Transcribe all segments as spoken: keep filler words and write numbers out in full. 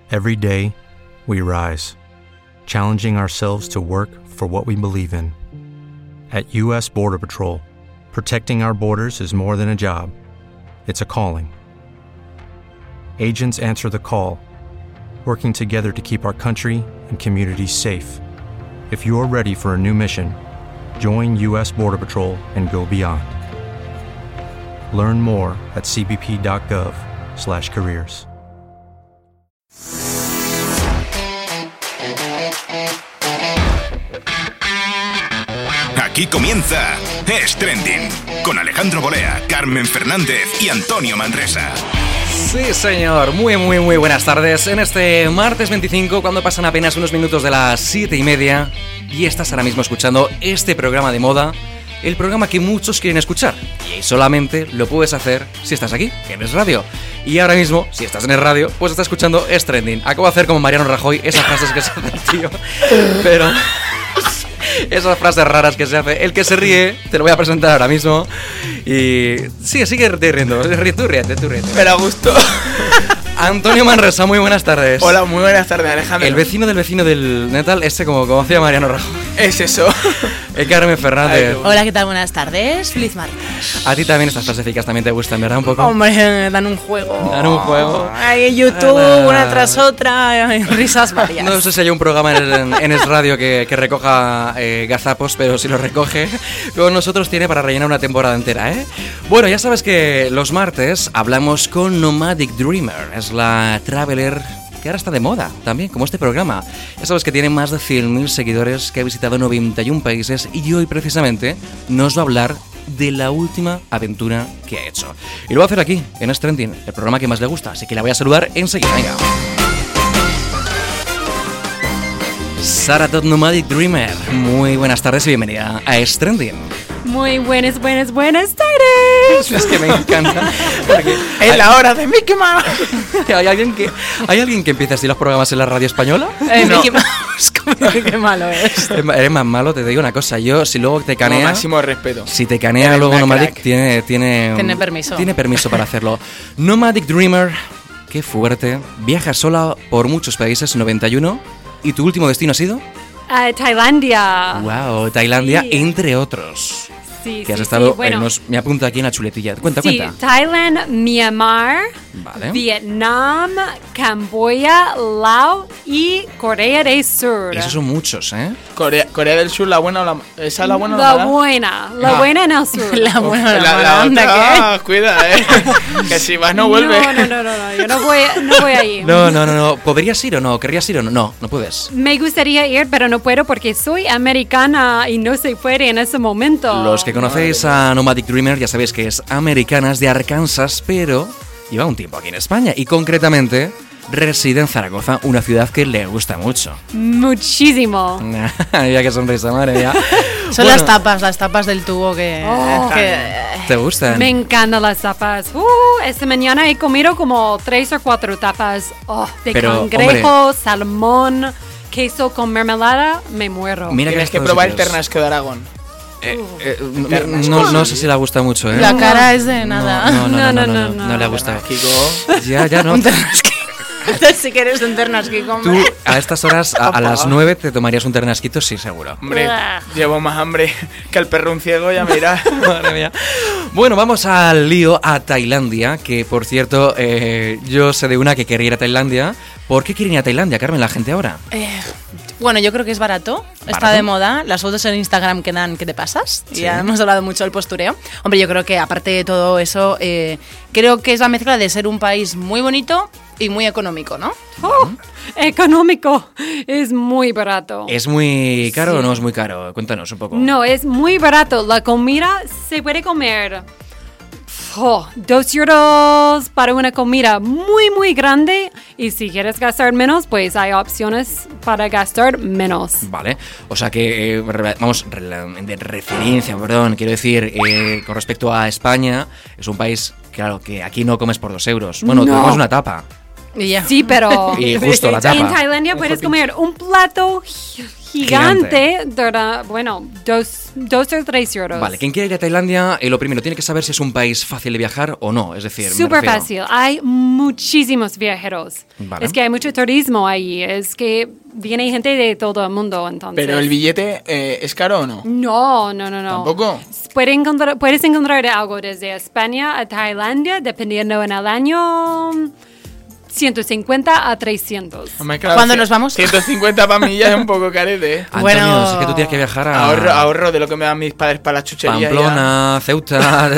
Every day, we rise, challenging ourselves to work for what we believe in. At U S Border Patrol, protecting our borders is more than a job. It's a calling. Agents answer the call, working together to keep our country and communities safe. If you're ready for a new mission, join U S Border Patrol and go beyond. Learn more at c b p dot gov slash careers. Aquí comienza Es Trending, con Alejandro Bolea, Carmen Fernández y Antonio Manresa. Sí, señor. Muy, muy, muy buenas tardes. En este martes veinticinco, cuando pasan apenas unos minutos de las siete y media, y estás ahora mismo escuchando este programa de moda, el programa que muchos quieren escuchar. Y solamente lo puedes hacer si estás aquí, en Es Radio. Y ahora mismo, si estás en Es Radio, pues estás escuchando Es Trending. Acabo de hacer como Mariano Rajoy esas frases que se hace el tío. Pero... esas frases raras que se hace. El que se ríe, te lo voy a presentar ahora mismo. Y sigue, sigue riendo. Tú ríete, tú ríete. Pero a gusto. Antonio Manresa, muy buenas tardes. Hola, muy buenas tardes, Alejandro. El vecino del vecino del Netal, este como, como hacía Mariano Rajoy. Es eso. El Carmen Fernández. Ay, hola, ¿qué tal? Buenas tardes. Feliz martes. A ti también estas frasecitas también te gustan, ¿verdad? Un poco. Hombre, dan un juego. Dan un juego. Ay, YouTube, ah, una tras otra, ay, risas varias. No sé si hay un programa en, en, en Es Radio que, que recoja eh, gazapos, pero si lo recoge, con nosotros tiene para rellenar una temporada entera, ¿eh? Bueno, ya sabes que los martes hablamos con Nomadic Dreamer. Es la traveler que ahora está de moda también, como este programa. Ya sabes que tiene más de cien mil seguidores, que ha visitado noventa y un países, y hoy precisamente nos va a hablar de la última aventura que ha hecho. Y lo va a hacer aquí, en Es Trending, el programa que más le gusta, así que la voy a saludar enseguida. Venga. Sara Todd, Nomadic Dreamer, muy buenas tardes y bienvenida a Es Trending. Muy buenas, buenas, buenas tardes. Es que me encanta. Es hay... la hora de Mickey Mouse. ¿Hay alguien que, ¿Hay alguien que empiece así los programas en la radio española? Eh, no. Mickey Mouse, qué malo es. Eres más malo, te digo una cosa. Yo, si luego te canea... Con máximo respeto. Si te canea Eres luego Nomadic, tiene, tiene... Tiene permiso. Tiene permiso para hacerlo. Nomadic Dreamer, qué fuerte. Viaja sola por muchos países, noventa y uno. ¿Y tu último destino ha sido? Uh, Tailandia. Wow, Tailandia, sí. Entre otros. Sí, que has sí, estado, sí. Bueno, eh, nos, me apunta aquí en la chuletilla. Cuenta, sí, cuenta. Thailand, Myanmar, vale. Vietnam, Camboya, Laos y Corea del Sur. Esos son muchos, ¿eh? Corea, Corea del Sur, la buena o la... ¿Esa es la buena o la mala? La buena, la ah. buena en el sur. La buena o la, la, mala. la Anda, otra, ah, cuida, ¿eh? Que si vas no vuelves. No, no, no, no, no, yo no voy, no voy a ir. No, no, no, no. ¿Podrías ir o no? ¿Querrías ir o no? No, no puedes. Me gustaría ir, pero no puedo porque soy americana y no se puede en ese momento. Los que conocéis a Nomadic Dreamer ya sabéis que es americana, es de Arkansas, pero lleva un tiempo aquí en España y concretamente reside en Zaragoza, una ciudad que le gusta mucho. Muchísimo. Mira qué sonrisa, madre mía. Son bueno, las tapas, las tapas del tubo que... Oh, que ¿te gustan? Me encantan las tapas. Uh, esta mañana he comido como tres o cuatro tapas oh, de pero, cangrejo, hombre, salmón, queso con mermelada. Me muero. Mira, tienes que probar el ternasco de Aragón. Eh, eh, no, no, no sé si le gusta mucho, ¿eh? La cara es de nada. No, no, no, no, no, no, no, no le ha gustado. Ya, ya, no. Entonces, si quieres un ternasquito, tú a estas horas, a, a las nueve, te tomarías un ternasquito, sí, seguro. Hombre, llevo más hambre que el perro un ciego, ya mirá. Madre mía. Bueno, vamos al lío, a Tailandia, que por cierto, eh, yo sé de una que quería ir a Tailandia. ¿Por qué quieren ir a Tailandia, Carmen, la gente ahora? Eh, bueno, yo creo que es barato, ¿Barato? Está de moda. Las fotos en Instagram quedan que te pasas. Sí. Ya hemos hablado mucho del postureo. Hombre, yo creo que aparte de todo eso, eh, creo que es la mezcla de ser un país muy bonito y muy económico, ¿no? Oh, económico. Es muy barato. ¿Es muy caro sí. o no es muy caro? Cuéntanos un poco. No, es muy barato. La comida se puede comer... Oh, dos euros para una comida muy, muy grande. Y si quieres gastar menos, pues hay opciones para gastar menos. Vale. O sea que, eh, vamos, de referencia, perdón, quiero decir, eh, con respecto a España, es un país, claro, que aquí no comes por dos euros. Bueno, no. Te comes una tapa. Yeah. Sí, pero... Y justo la tapa. En Tailandia puedes comer un plato gigante, dura, bueno, dos, dos o tres euros. Vale, quien quiera ir a Tailandia, eh, lo primero, tiene que saber si es un país fácil de viajar o no, es decir... Súper fácil, hay muchísimos viajeros. Vale. Es que hay mucho turismo ahí, es que viene gente de todo el mundo, entonces... Pero el billete eh, ¿es caro o no? No, no, no, no. ¿Tampoco? Puedes encontrar, puedes encontrar algo desde España a Tailandia, dependiendo en el año... ciento cincuenta a trescientos. Hombre, claro, ¿Cuándo cien- nos vamos? ciento cincuenta para mí ya es un poco carete, ¿eh? Antonio, Bueno. es que tú tienes que viajar a... Ahorro, ahorro de lo que me dan mis padres para la chuchería. Pamplona, Ceuta...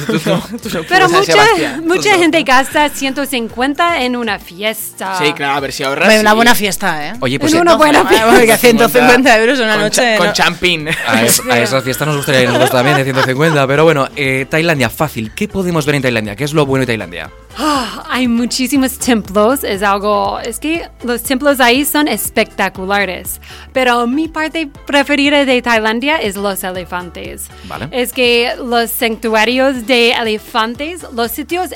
Pero San mucha, Sebastián. mucha gente gasta ciento cincuenta en una fiesta. Ya. Sí, claro, a ver si ahorras. Hombre, una sí. buena fiesta, ¿eh? Oye, pues En una buena Ah, porque ciento cincuenta euros una Con noche. cha- Con no. champín. a, es- a esas fiestas nos gustaría ir nosotros también de ciento cincuenta, pero bueno, eh, Tailandia, fácil. ¿Qué podemos ver en Tailandia? ¿Qué es lo bueno de Tailandia? Ah, hay muchísimos templos, es algo, es que los templos ahí son espectaculares, pero mi parte preferida de Tailandia es los elefantes. Vale. Es que los santuarios de elefantes, los sitios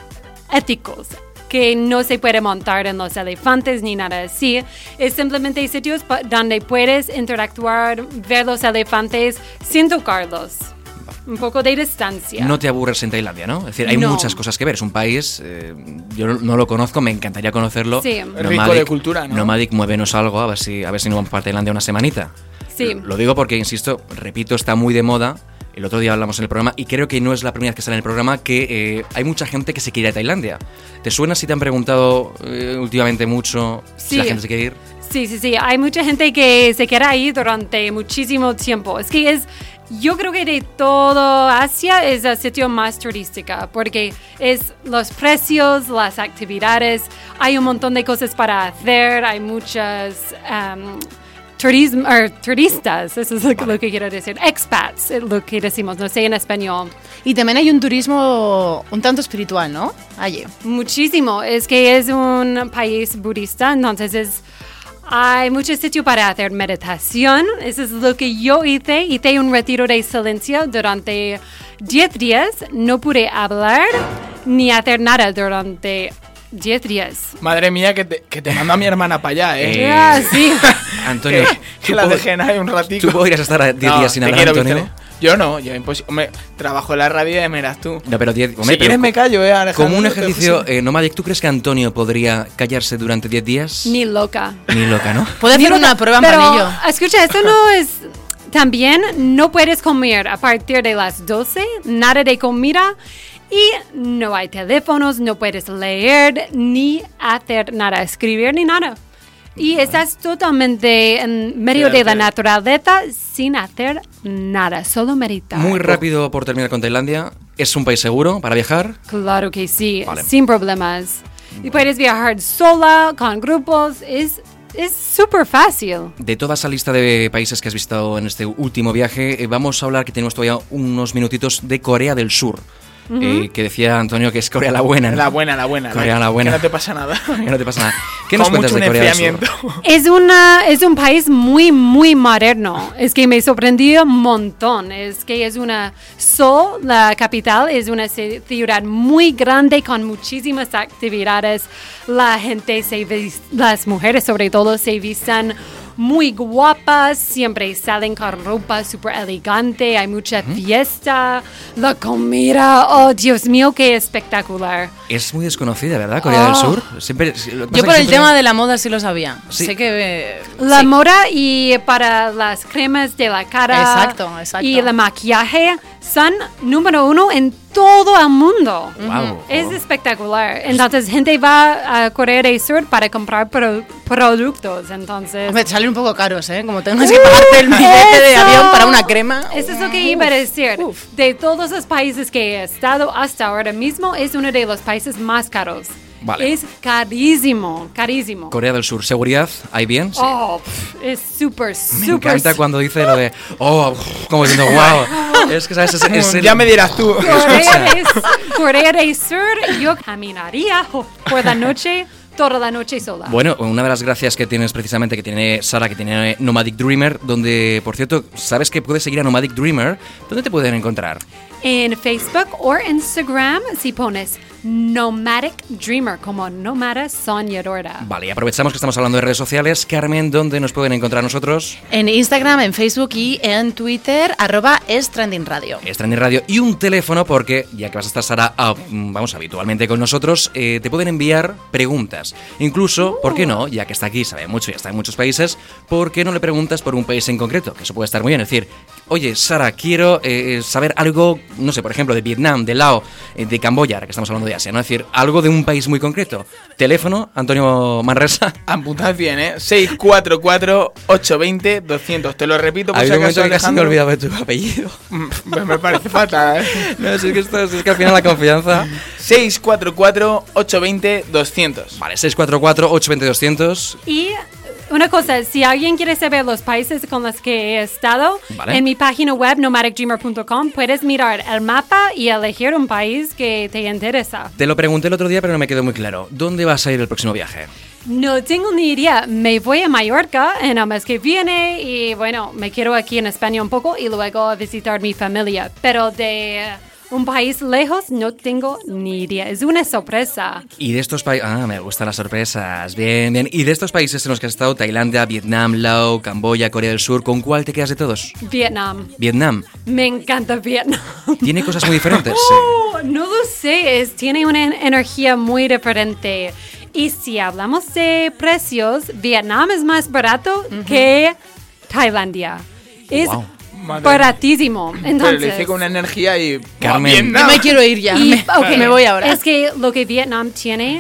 éticos, que no se puede montar en los elefantes ni nada así, es simplemente sitios pa- donde puedes interactuar, ver los elefantes sin tocarlos. Un poco de distancia. No te aburres en Tailandia, ¿no? Es decir, hay No. muchas cosas que ver. Es un país, eh, yo no, no lo conozco, me encantaría conocerlo. Sí. Rico de cultura, ¿no? Nomadic, muévenos algo, a ver si, a ver si nos vamos para Tailandia una semanita. Sí. Lo digo porque, insisto, repito, está muy de moda. El otro día hablamos en el programa y creo que no es la primera vez que sale en el programa que eh, hay mucha gente que se quiere ir a Tailandia. ¿Te suena si te han preguntado eh, últimamente mucho si Sí. la gente se quiere ir? Sí, sí, sí. Hay mucha gente que se queda ahí durante muchísimo tiempo. Es que es, yo creo que de todo Asia es el sitio más turística porque es los precios, las actividades, hay un montón de cosas para hacer, hay muchas um, turismo, er, turistas, eso es lo, lo que quiero decir, expats, es lo que decimos, no sé en español. Y también hay un turismo un tanto espiritual, ¿no? Allí. Muchísimo, es que es un país budista, entonces es, hay mucho sitio para hacer meditación, eso es lo que yo hice, hice un retiro de silencio durante diez días, no pude hablar ni hacer nada durante diez días. Madre mía, que te, que te mando a mi hermana para allá, ¿eh? Eh, Ah, sí. Antonio, que la dejen ahí un ratito. ¿tú podrías estar a diez No, días sin te hablar, quiero, Antonio? Vicente. Yo no, yo imposible. Hombre, trabajo en la radio y me verás tú. No, pero diez... Si hombre, quieres pero me callo, ¿eh, Alejandro? como un Te- ejercicio, eh, Nomadic, ¿tú crees que Antonio podría callarse durante diez días? Ni loca. Ni loca, ¿no? Puede hacer Ni una loca, prueba en pero, panillo. escucha, esto no es... También no puedes comer a partir de las doce, nada de comida. Y no hay teléfonos, no puedes leer, ni hacer nada, escribir, ni nada. Y estás totalmente en medio de la naturaleza sin hacer nada, solo meditar. Muy rápido por terminar con Tailandia. ¿Es un país seguro para viajar? Claro que sí, Vale. sin problemas. Y puedes viajar sola, con grupos, es es súper fácil. De toda esa lista de países que has visitado en este último viaje, eh, vamos a hablar, que tenemos todavía unos minutitos, de Corea del Sur. eh, que decía Antonio que es Corea la buena, ¿no? La buena, la buena. Corea la buena. Que no te pasa nada. Que no te pasa nada. ¿Qué nos Con cuentas mucho de Corea del Sur? enfriamiento. Es, una, es un país muy, muy moderno. Es que me sorprendió un montón. Es que es una... Seoul, la capital, es una ci- ciudad muy grande con muchísimas actividades. La gente, se vis- las mujeres sobre todo, se visten muy guapas, siempre salen con ropa súper elegante, hay mucha fiesta, la comida, oh Dios mío, qué espectacular. Es muy desconocida, ¿verdad? Corea del Oh. Sur. Siempre, lo que pasa Yo es por que el siempre- tema de la moda sí lo sabía. Sí. Sé que... eh, La sí. moda y para las cremas de la cara Exacto, exacto. y el maquillaje son número uno en todo el mundo. Guau. Es espectacular. Entonces, gente va a Corea del Sur para comprar pro- productos. Entonces, Hombre, salen un poco caros, ¿eh? Como tengas que pagarte el billete de ¡Eso! avión para una crema. eso es lo que iba a decir. De todos los países que he estado hasta ahora mismo, es uno de los países más caros. Vale. Es carísimo, carísimo. Corea del Sur. ¿Seguridad? ¿Hay bien? Sí. Oh, pff, es súper, Me súper. encanta cuando dice lo de, oh, como diciendo, wow. Es que, ¿sabes? Es, es el- Ya me dirás tú. Corea del, Corea del Sur, yo caminaría por la noche, toda la noche sola. Bueno, una de las gracias que tienes precisamente, que tiene Sara, que tiene Nomadic Dreamer, donde, por cierto, sabes que puedes seguir a Nomadic Dreamer. ¿Dónde te pueden encontrar? En Facebook o Instagram, si pones Nomadic Dreamer, como nómada soñadora. Vale, y aprovechamos que estamos hablando de redes sociales. Carmen, ¿dónde nos pueden encontrar nosotros? En Instagram, en Facebook y en Twitter, arroba es Trending Radio. Es Trending Radio. Y un teléfono, porque ya que vas a estar, Sara, a, vamos, habitualmente con nosotros, eh, te pueden enviar preguntas. Incluso, uh. ¿por qué no? Ya que está aquí, sabe mucho y está en muchos países, ¿por qué no le preguntas por un país en concreto? Que eso puede estar muy bien. Es decir, oye, Sara, quiero eh, saber algo, no sé, por ejemplo, de Vietnam, de Laos, eh, de Camboya, ahora que estamos hablando de Asia, ¿no? Es decir, algo de un país muy concreto. Teléfono, Antonio Manresa. Apuntad bien, ¿eh? seis cuatro cuatro, ocho dos cero, doscientos. Te lo repito por Hay si un acaso, momento que casi me he Alejandro. olvidado de tu apellido. Pues me parece fatal, ¿eh? No, es que, esto, es que al final la confianza... seis cuatro cuatro, ocho dos cero, doscientos. Vale, seis cuatro cuatro, ocho dos cero, doscientos. Y una cosa, si alguien quiere saber los países con los que he estado, Vale. en mi página web nomadic dreamer punto com puedes mirar el mapa y elegir un país que te interesa. Te lo pregunté el otro día, pero no me quedó muy claro. ¿Dónde vas a ir el próximo viaje? No tengo ni idea. Me voy a Mallorca en el mes que viene y bueno, me quedo aquí en España un poco y luego a visitar mi familia. Pero de un país lejos no tengo ni idea. Es una sorpresa. Y de estos países... Ah, me gustan las sorpresas. Bien, bien. Y de estos países en los que has estado, Tailandia, Vietnam, Laos, Camboya, Corea del Sur, ¿con cuál te quedas de todos? Vietnam. Vietnam. Me encanta Vietnam. Tiene cosas muy diferentes. Oh, no lo sé. Es, tiene una energía muy diferente. Y si hablamos de precios, Vietnam es más barato uh-huh. que Tailandia. Es wow. baratísimo. Entonces, Pero le hice con una energía y... Carmen. Vietnam. Yo me quiero ir ya. Y, me, okay, me voy ahora. Es que lo que Vietnam tiene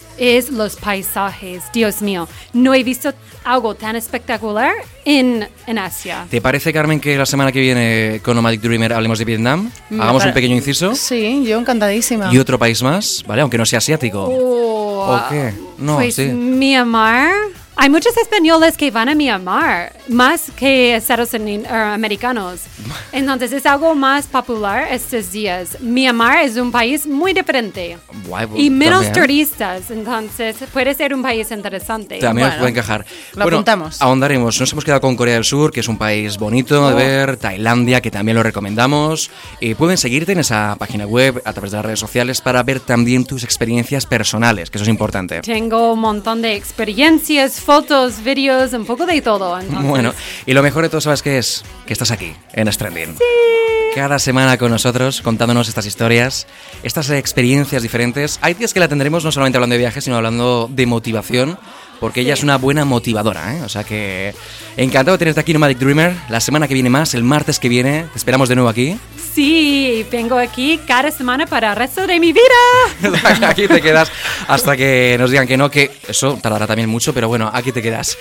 es los paisajes. Dios mío, no he visto algo tan espectacular en, en Asia. ¿Te parece, Carmen, que la semana que viene con Nomadic Dreamer hablemos de Vietnam? Me Hagamos pare- un pequeño inciso. Sí, yo encantadísima. Y otro país más, ¿vale? Aunque no sea asiático. Oh, ¿O qué? No, pues sí. Myanmar. Hay muchos españoles que van a Myanmar, más que Estados Unidos, uh, americanos. Entonces es algo más popular estos días. Myanmar es un país muy diferente. Guay, pues, Y menos también. turistas, entonces puede ser un país interesante. También Bueno, os puede encajar. lo bueno, apuntamos. ahondaremos. Nos hemos quedado con Corea del Sur, que es un país bonito de Oh. ver. Tailandia, que también lo recomendamos. Eh, pueden seguirte en esa página web, a través de las redes sociales, para ver también tus experiencias personales, que eso es importante. Tengo un montón de experiencias, fotos, vídeos, un poco de todo. Entonces, Bueno, y lo mejor de todo, ¿sabes qué es? Que estás aquí, en Stranding. Sí. Cada semana con nosotros, contándonos estas historias, estas experiencias diferentes. Hay días que la tendremos no solamente hablando de viajes, sino hablando de motivación, porque ella es una buena motivadora, ¿eh? O sea que encantado de tenerte aquí, Nomadic Dreamer. La semana que viene más, el martes que viene, te esperamos de nuevo aquí. Sí, vengo aquí cada semana para el resto de mi vida. Aquí te quedas hasta que nos digan que no, que eso tardará también mucho, pero bueno, aquí te quedas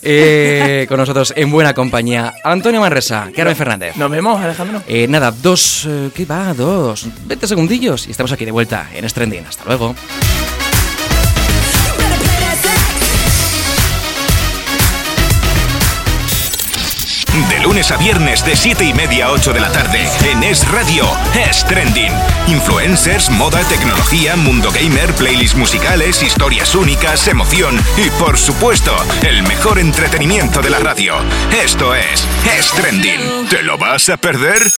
eh, con nosotros en buena compañía. Antonio Manresa, Carmen Fernández. Nos vemos, Alejandro. Eh, nada, dos... Eh, ¿Qué va? Dos... veinte segundillos y estamos aquí de vuelta en Stranding. Hasta luego. De lunes a viernes de siete y media a ocho de la tarde en Es Radio, Es Trending. Influencers, moda, tecnología, mundo gamer, playlists musicales, historias únicas, emoción y por supuesto, el mejor entretenimiento de la radio. Esto es Es Trending. ¿Te lo vas a perder?